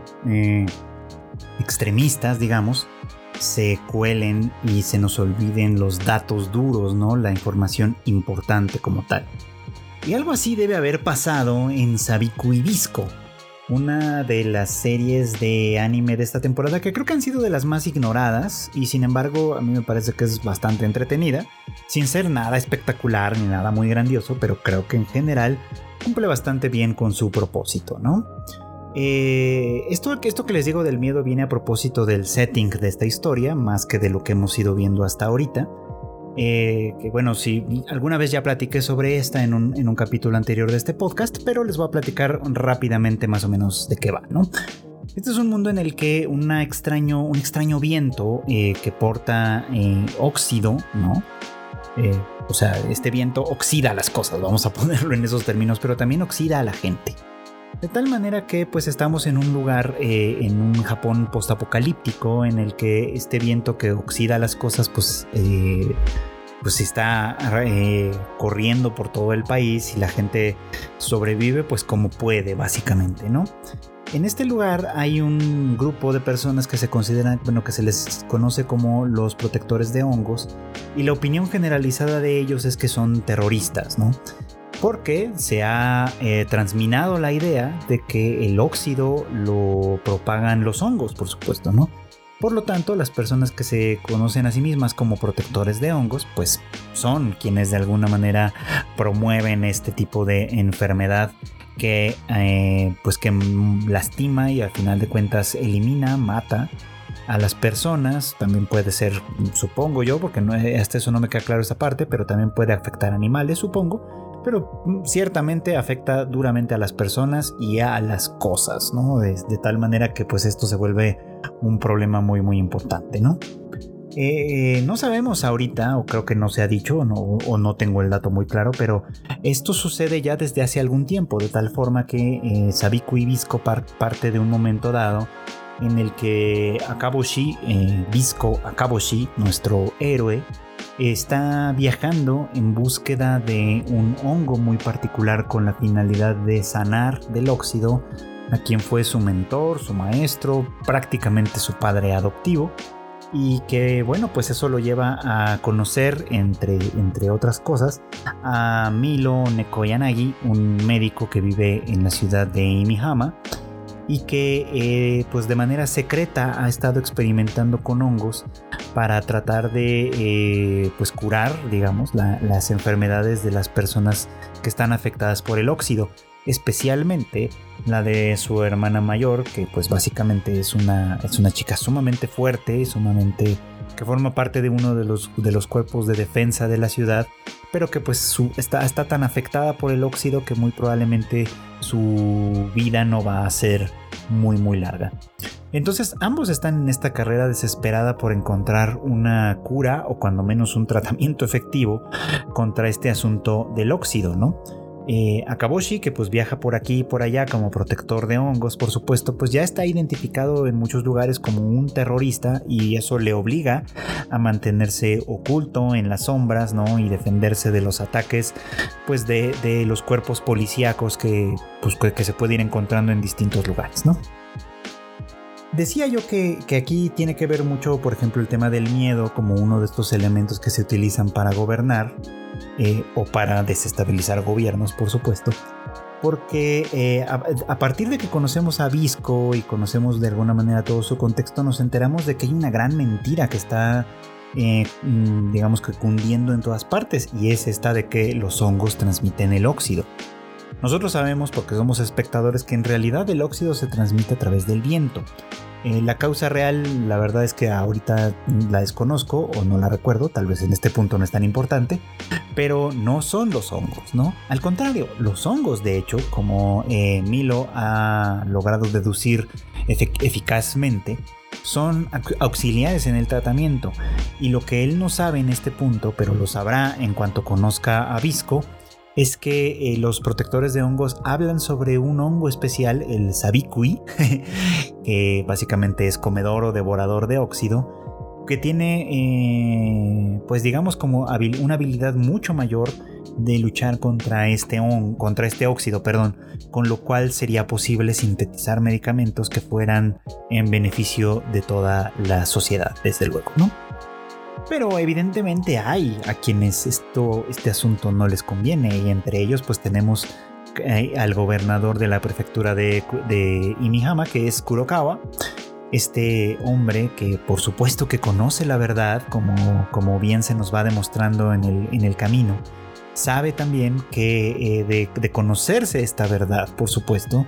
extremistas, digamos, se cuelen y se nos olviden los datos duros, ¿no? La información importante como tal. Y algo así debe haber pasado en Sabiku y Bisco, una de las series de anime de esta temporada que creo que han sido de las más ignoradas, y sin embargo a mí me parece que es bastante entretenida, sin ser nada espectacular ni nada muy grandioso, pero creo que en general cumple bastante bien con su propósito, ¿no? Esto que les digo del miedo viene a propósito del setting de esta historia, más que de lo que hemos ido viendo hasta ahorita. Que bueno, sí, alguna vez ya platiqué sobre esta en un capítulo anterior de este podcast, pero les voy a platicar rápidamente más o menos de qué va, ¿no? Este es un mundo en el que un extraño viento que porta óxido, ¿no? O sea, este viento oxida las cosas, vamos a ponerlo en esos términos, pero también oxida a la gente. De tal manera que pues estamos en un lugar, en un Japón postapocalíptico, en el que este viento que oxida las cosas pues está corriendo por todo el país, y la gente sobrevive pues como puede, básicamente, ¿no? En este lugar hay un grupo de personas que se consideran, bueno, que se les conoce como los protectores de hongos, y la opinión generalizada de ellos es que son terroristas, ¿no? Porque se ha transminado la idea de que el óxido lo propagan los hongos, por supuesto, ¿no? Por lo tanto, las personas que se conocen a sí mismas como protectores de hongos, pues son quienes de alguna manera promueven este tipo de enfermedad que lastima y al final de cuentas elimina, mata a las personas. También puede ser, supongo yo, porque hasta eso no me queda claro esa parte, pero también puede afectar a animales, supongo. Pero ciertamente afecta duramente a las personas y a las cosas, ¿no? De tal manera que pues esto se vuelve un problema muy muy importante, ¿no? No sabemos ahorita, o creo que no se ha dicho, o no tengo el dato muy claro, pero esto sucede ya desde hace algún tiempo, de tal forma que Sabiku y Bisco parte de un momento dado en el que Bisco Akaboshi, nuestro héroe, está viajando en búsqueda de un hongo muy particular con la finalidad de sanar del óxido a quien fue su mentor, su maestro, prácticamente su padre adoptivo, y que bueno, pues eso lo lleva a conocer, entre otras cosas, a Milo Nekoyanagi, un médico que vive en la ciudad de Imihama, y que pues de manera secreta ha estado experimentando con hongos para tratar de pues curar, digamos, las enfermedades de las personas que están afectadas por el óxido, especialmente la de su hermana mayor, que pues básicamente es una chica sumamente fuerte, que forma parte de uno de los cuerpos de defensa de la ciudad, pero que pues está tan afectada por el óxido que muy probablemente su vida no va a ser muy muy larga. Entonces ambos están en esta carrera desesperada por encontrar una cura, o cuando menos un tratamiento efectivo contra este asunto del óxido, ¿no? Akaboshi, que pues viaja por aquí y por allá como protector de hongos, por supuesto, pues ya está identificado en muchos lugares como un terrorista, y eso le obliga a mantenerse oculto en las sombras, ¿no? Y defenderse de los ataques pues de los cuerpos policíacos que se puede ir encontrando en distintos lugares, ¿no? Decía yo que aquí tiene que ver mucho, por ejemplo, el tema del miedo como uno de estos elementos que se utilizan para gobernar, o para desestabilizar gobiernos, por supuesto, porque a partir de que conocemos a Bisco y conocemos de alguna manera todo su contexto, nos enteramos de que hay una gran mentira que está digamos que cundiendo en todas partes, y es esta de que los hongos transmiten el óxido. Nosotros sabemos, porque somos espectadores, que en realidad el óxido se transmite a través del viento. La causa real, la verdad es que ahorita la desconozco o no la recuerdo, tal vez en este punto no es tan importante, pero no son los hongos, ¿no? Al contrario, los hongos, de hecho, como Milo ha logrado deducir eficazmente, son auxiliares en el tratamiento, y lo que él no sabe en este punto, pero lo sabrá en cuanto conozca a Visco, es que los protectores de hongos hablan sobre un hongo especial, el sabicui, que básicamente es comedor o devorador de óxido, que tiene, pues digamos, como una habilidad mucho mayor de luchar contra este óxido, con lo cual sería posible sintetizar medicamentos que fueran en beneficio de toda la sociedad, desde luego, ¿no? Pero evidentemente hay a quienes este asunto no les conviene, y entre ellos pues tenemos al gobernador de la prefectura de Imihama, que es Kurokawa, este hombre que por supuesto que conoce la verdad, como bien se nos va demostrando en el camino. Sabe también que de conocerse esta verdad, por supuesto,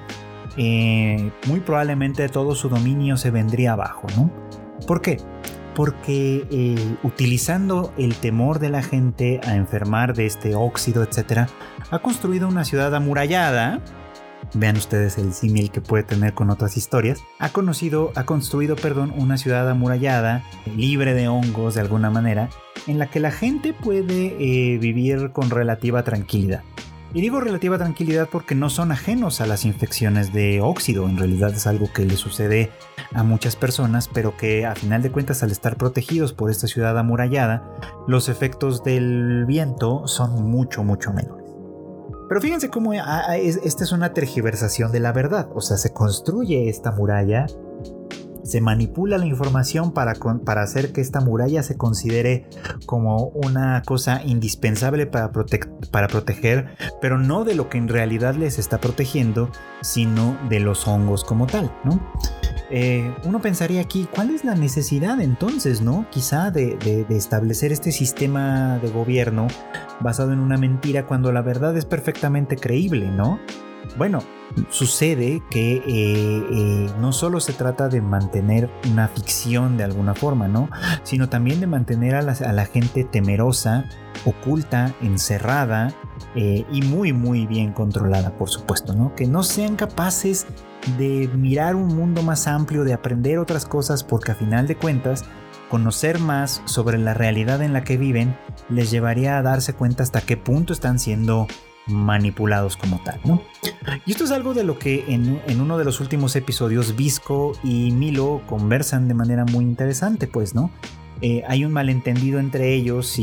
muy probablemente todo su dominio se vendría abajo, ¿no? ¿Por qué? Porque utilizando el temor de la gente a enfermar de este óxido, etc., ha construido una ciudad amurallada. Vean ustedes el símil que puede tener con otras historias. Ha construido una ciudad amurallada, libre de hongos de alguna manera, en la que la gente puede vivir con relativa tranquilidad. Y digo relativa tranquilidad porque no son ajenos a las infecciones de óxido. En realidad es algo que le sucede a muchas personas, pero que a final de cuentas, al estar protegidos por esta ciudad amurallada, los efectos del viento son mucho, mucho menores. Pero fíjense cómo esta es una tergiversación de la verdad. O sea, se construye esta muralla, se manipula la información para hacer que esta muralla se considere como una cosa indispensable para proteger, pero no de lo que en realidad les está protegiendo, sino de los hongos como tal, ¿no? Uno pensaría aquí, ¿cuál es la necesidad entonces, ¿no? Quizá de establecer este sistema de gobierno basado en una mentira cuando la verdad es perfectamente creíble, ¿no? Bueno, sucede que no solo se trata de mantener una ficción de alguna forma, ¿no? Sino también de mantener a la gente temerosa, oculta, encerrada y muy, muy bien controlada, por supuesto, ¿no? Que no sean capaces de mirar un mundo más amplio, de aprender otras cosas, porque a final de cuentas, conocer más sobre la realidad en la que viven les llevaría a darse cuenta hasta qué punto están siendo manipulados como tal, ¿no? Y esto es algo de lo que en uno de los últimos episodios Visco y Milo conversan de manera muy interesante, pues, ¿no? Hay un malentendido entre ellos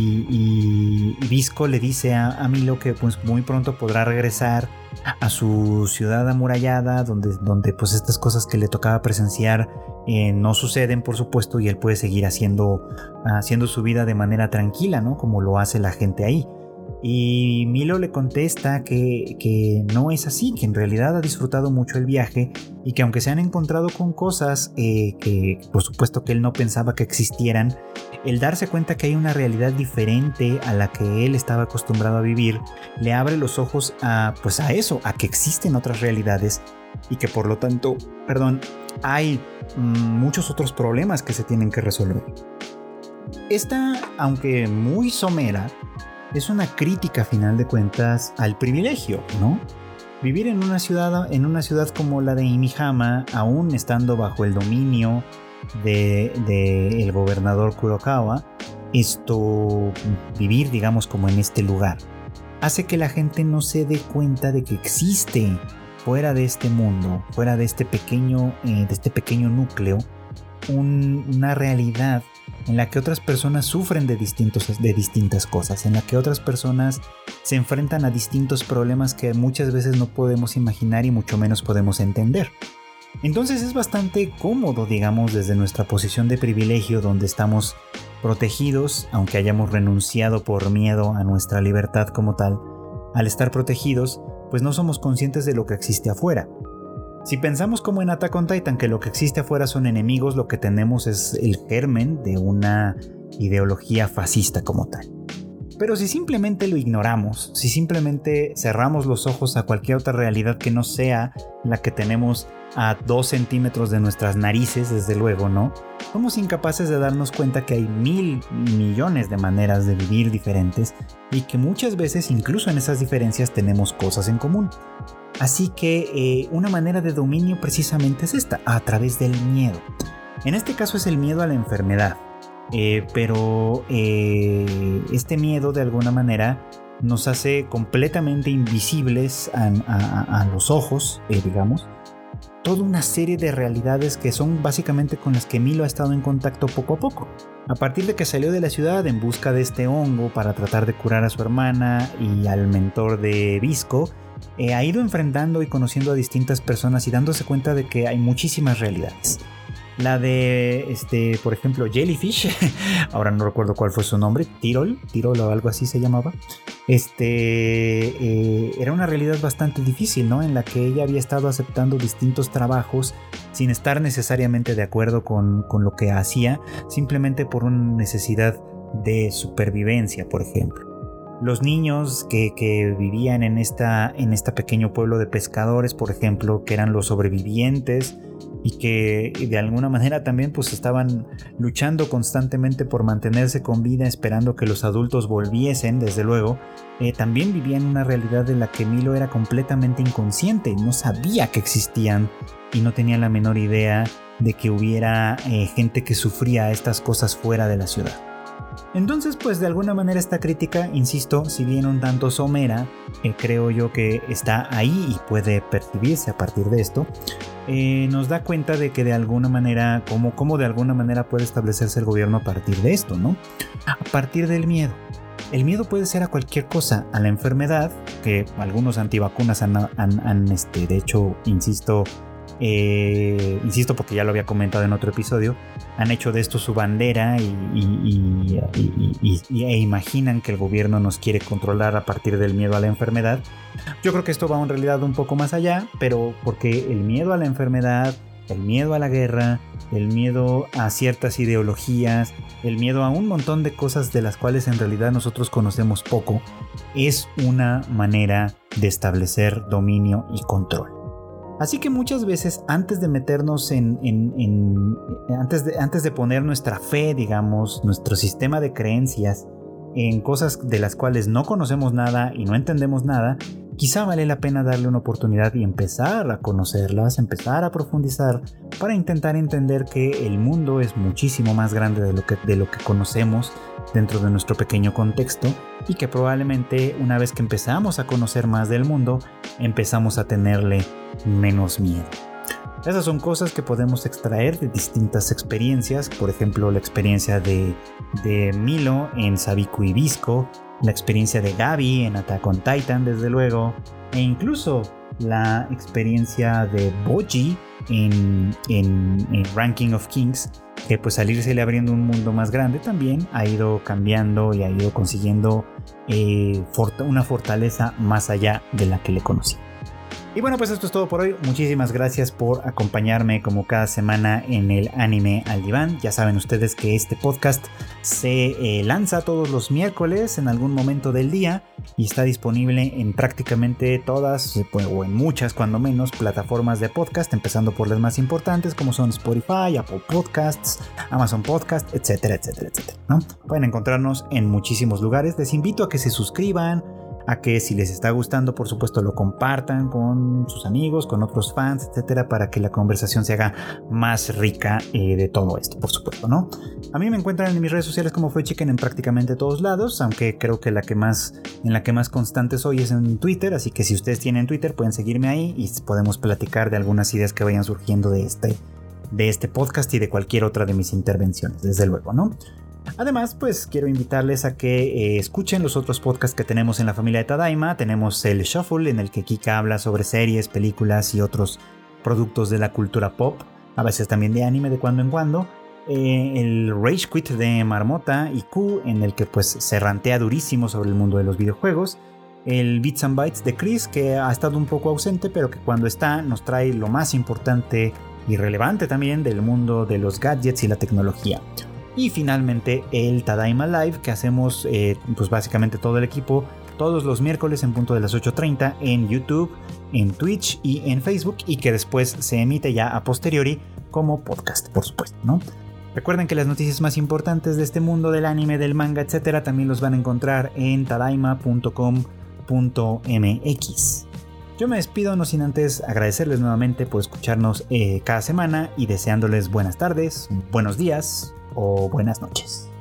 y Visco le dice a Milo que pues muy pronto podrá regresar a su ciudad amurallada donde pues estas cosas que le tocaba presenciar no suceden, por supuesto, y él puede seguir haciendo su vida de manera tranquila, ¿no? Como lo hace la gente ahí. Y Milo le contesta que no es así, que en realidad ha disfrutado mucho el viaje y que aunque se han encontrado con cosas que por supuesto que él no pensaba que existieran, el darse cuenta que hay una realidad diferente a la que él estaba acostumbrado a vivir le abre los ojos a eso, a que existen otras realidades y que por lo tanto, hay muchos otros problemas que se tienen que resolver. Esta, aunque muy somera, es una crítica a final de cuentas al privilegio, ¿no? Vivir en una ciudad como la de Imihama, aún estando bajo el dominio del gobernador Kurokawa, vivir, digamos, como en este lugar, hace que la gente no se dé cuenta de que existe fuera de este mundo, fuera de este pequeño núcleo, una realidad en la que otras personas sufren de distintas cosas, en la que otras personas se enfrentan a distintos problemas que muchas veces no podemos imaginar y mucho menos podemos entender. Entonces es bastante cómodo, digamos, desde nuestra posición de privilegio, donde estamos protegidos, aunque hayamos renunciado por miedo a nuestra libertad como tal. Al estar protegidos, pues no somos conscientes de lo que existe afuera. Si pensamos como en Attack on Titan, que lo que existe afuera son enemigos, lo que tenemos es el germen de una ideología fascista como tal. Pero si simplemente lo ignoramos, si simplemente cerramos los ojos a cualquier otra realidad que no sea la que tenemos a 2 centímetros de nuestras narices, desde luego, ¿no? Somos incapaces de darnos cuenta que hay 1,000 millones de maneras de vivir diferentes y que muchas veces, incluso en esas diferencias, tenemos cosas en común. Así que una manera de dominio precisamente es esta, a través del miedo. En este caso es el miedo a la enfermedad. Pero este miedo de alguna manera nos hace completamente invisibles a los ojos, digamos, toda una serie de realidades que son básicamente con las que Milo ha estado en contacto poco a poco. A partir de que salió de la ciudad en busca de este hongo para tratar de curar a su hermana y al mentor de Visco, ha ido enfrentando y conociendo a distintas personas y dándose cuenta de que hay muchísimas realidades. La de, por ejemplo, Jellyfish, ahora no recuerdo cuál fue su nombre, Tirol o algo así se llamaba. Era una realidad bastante difícil, ¿no? En la que ella había estado aceptando distintos trabajos sin estar necesariamente de acuerdo con lo que hacía, simplemente por una necesidad de supervivencia, por ejemplo. Los niños que vivían en este pequeño pueblo de pescadores, por ejemplo, que eran los sobrevivientes y que de alguna manera también pues estaban luchando constantemente por mantenerse con vida, esperando que los adultos volviesen, desde luego, también vivían una realidad de la que Milo era completamente inconsciente, no sabía que existían y no tenía la menor idea de que hubiera gente que sufría estas cosas fuera de la ciudad. Entonces, pues de alguna manera esta crítica, insisto, si bien un tanto somera, creo yo que está ahí y puede percibirse a partir de esto, nos da cuenta de que de alguna manera, cómo de alguna manera puede establecerse el gobierno a partir de esto, ¿no? A partir del miedo. El miedo puede ser a cualquier cosa, a la enfermedad, que algunos antivacunas han de hecho, insisto porque ya lo había comentado en otro episodio, han hecho de esto su bandera e imaginan que el gobierno nos quiere controlar a partir del miedo a la enfermedad. Yo creo que esto va en realidad un poco más allá, pero porque el miedo a la enfermedad, el miedo a la guerra, el miedo a ciertas ideologías, el miedo a un montón de cosas de las cuales en realidad nosotros conocemos poco, es una manera de establecer dominio y control. Así que muchas veces antes de meternos antes de poner nuestra fe, digamos, nuestro sistema de creencias en cosas de las cuales no conocemos nada y no entendemos nada, quizá vale la pena darle una oportunidad y empezar a conocerlas, empezar a profundizar para intentar entender que el mundo es muchísimo más grande de lo que conocemos dentro de nuestro pequeño contexto y que probablemente una vez que empezamos a conocer más del mundo, empezamos a tenerle menos miedo. Esas son cosas que podemos extraer de distintas experiencias, por ejemplo la experiencia de Milo en Sabiku y Visco, la experiencia de Gabi en Attack on Titan desde luego, e incluso la experiencia de Boji en Ranking of Kings, que pues al irse abriendo un mundo más grande también ha ido cambiando y ha ido consiguiendo una fortaleza más allá de la que le conocí. Y bueno, pues esto es todo por hoy. Muchísimas gracias por acompañarme como cada semana en el Anime al Diván. Ya saben ustedes que este podcast se lanza todos los miércoles en algún momento del día y está disponible en prácticamente todas, o en muchas cuando menos, plataformas de podcast, empezando por las más importantes como son Spotify, Apple Podcasts, Amazon Podcast, etcétera, etcétera, etcétera, ¿no? Pueden encontrarnos en muchísimos lugares. Les invito a que se suscriban, a que si les está gustando, por supuesto, lo compartan con sus amigos, con otros fans, etcétera, para que la conversación se haga más rica de todo esto, por supuesto, ¿no? A mí me encuentran en mis redes sociales como FoyChicken en prácticamente todos lados, aunque creo que en la que más constante soy es en Twitter, así que si ustedes tienen Twitter pueden seguirme ahí y podemos platicar de algunas ideas que vayan surgiendo de este podcast y de cualquier otra de mis intervenciones, desde luego, ¿no? Además, pues quiero invitarles a que escuchen los otros podcasts que tenemos en la familia de Tadaima. Tenemos el Shuffle, en el que Kika habla sobre series, películas y otros productos de la cultura pop, a veces también de anime de cuando en cuando. El Rage Quit de Marmota y Q, en el que pues se rantea durísimo sobre el mundo de los videojuegos. El Bits and Bytes de Chris, que ha estado un poco ausente, pero que cuando está nos trae lo más importante y relevante también del mundo de los gadgets y la tecnología. Y finalmente el Tadaima Live que hacemos pues básicamente todo el equipo todos los miércoles en punto de las 8:30 en YouTube, en Twitch y en Facebook, y que después se emite ya a posteriori como podcast, por supuesto, ¿no? Recuerden que las noticias más importantes de este mundo del anime, del manga, etcétera, también los van a encontrar en tadaima.com.mx. Yo me despido no sin antes agradecerles nuevamente por escucharnos cada semana y deseándoles buenas tardes, buenos días o buenas noches.